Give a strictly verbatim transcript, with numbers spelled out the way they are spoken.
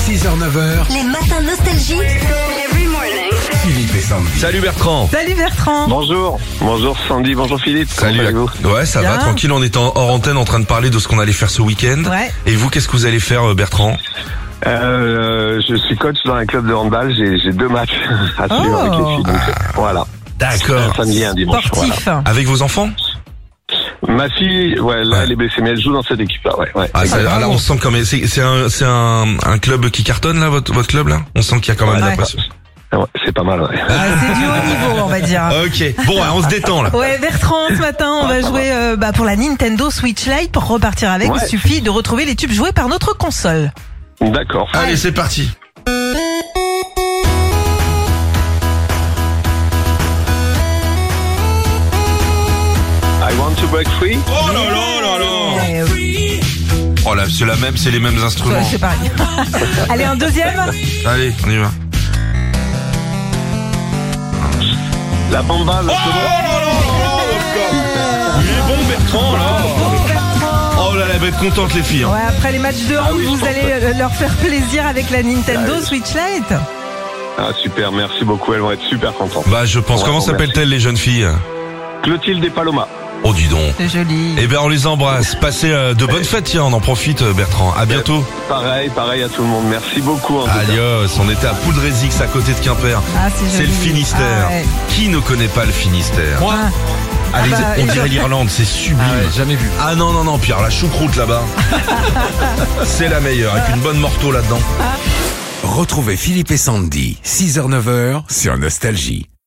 six heures neuf heures, Les matins nostalgie. Philippe et Sandy. Salut Bertrand. Salut Bertrand. Bonjour, bonjour Sandy, bonjour Philippe. Comment Salut. allez-vous? Ouais, ça Bien. va, tranquille. On est en hors antenne en train de parler de ce qu'on allait faire ce week-end. Ouais. Et vous, qu'est-ce que vous allez faire, euh, Bertrand? euh, Je suis coach dans un club de handball, j'ai j'ai deux matchs à suivre Oh. avec les filles. Donc, euh, voilà. D'accord. Un samedi et un dimanche. Sportif. Avec vos enfants? Voilà. Ma fille, ouais, là, Ouais. elle est blessée, mais elle joue dans cette équipe-là, ouais. ouais. Ah, ça, Ah, ah, là, on sent quand même. C'est c'est un, c'est un, un club qui cartonne là, votre, votre club là. On sent qu'il y a quand même de la Ouais. pression. Ah ouais, c'est pas mal, ouais. Ah, c'est du haut niveau, on va dire. Ok. Bon, ouais, on se détend là. Ouais, Bertrand, ce matin, on va jouer euh, bah, pour la Nintendo Switch Lite. Pour repartir avec, Ouais. il suffit de retrouver les tubes joués par notre console. D'accord. Allez, c'est parti. I want to break free. Oh là là là là. Eh oui, Oh là, c'est la même, c'est les mêmes ouais, instruments. c'est pareil. Allez, un deuxième. Allez, on y va. La bamba, le Il est bon Bertrand là. Oh là, elle va être contente les filles. hein. Ouais, après les matchs de hand, Ah oui, je vous pense allez euh, leur faire plaisir avec la Nintendo Ah oui. Switch Lite. Ah super, merci beaucoup, elles vont être super contentes. Bah, je pense. Ouais, Comment bon, s'appellent-elles les jeunes filles? Clotilde et Paloma. Oh, dis donc. C'est joli. Eh ben, on les embrasse. Passez euh, de bonnes fêtes, tiens, on en profite, euh, Bertrand. À bientôt. Pareil, pareil à tout le monde. Merci beaucoup en tout cas. Alios, on était à Poudrézix, à côté de Quimper. Ah, c'est C'est joli. le Finistère. Ah, ouais. Qui ne connaît pas le Finistère? Ah. Allez, Ah bah, on et dirait je- l'Irlande, c'est sublime. Jamais vu. Ah non, non, non, Pierre, la choucroute là-bas. C'est la meilleure, avec une bonne morteau là-dedans. Retrouvez Philippe et Sandy, six heures neuf heures sur Nostalgie.